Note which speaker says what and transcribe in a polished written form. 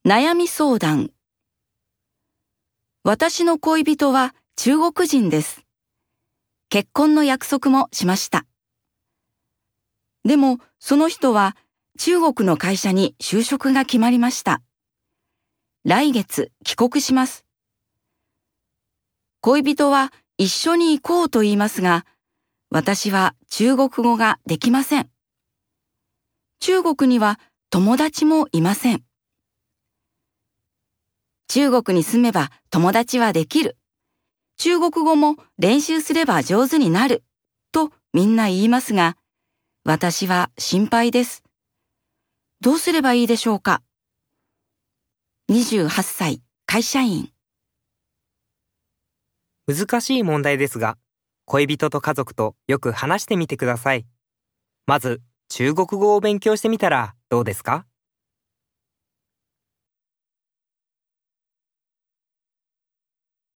Speaker 1: 悩み相談。私の恋人は中国人です。結婚の約束もしました。でも、その人は中国の会社に就職が決まりました。来月帰国します。恋人は一緒に行こうと言いますが、私は中国語ができません。中国には友達もいません。中国に住めば友達はできる。中国語も練習すれば上手になる。とみんな言いますが、私は心配です。どうすればいいでしょうか。28歳、会社員。
Speaker 2: 難しい問題ですが、恋人と家族とよく話してみてください。まず、中国語を勉強してみたらどうですか？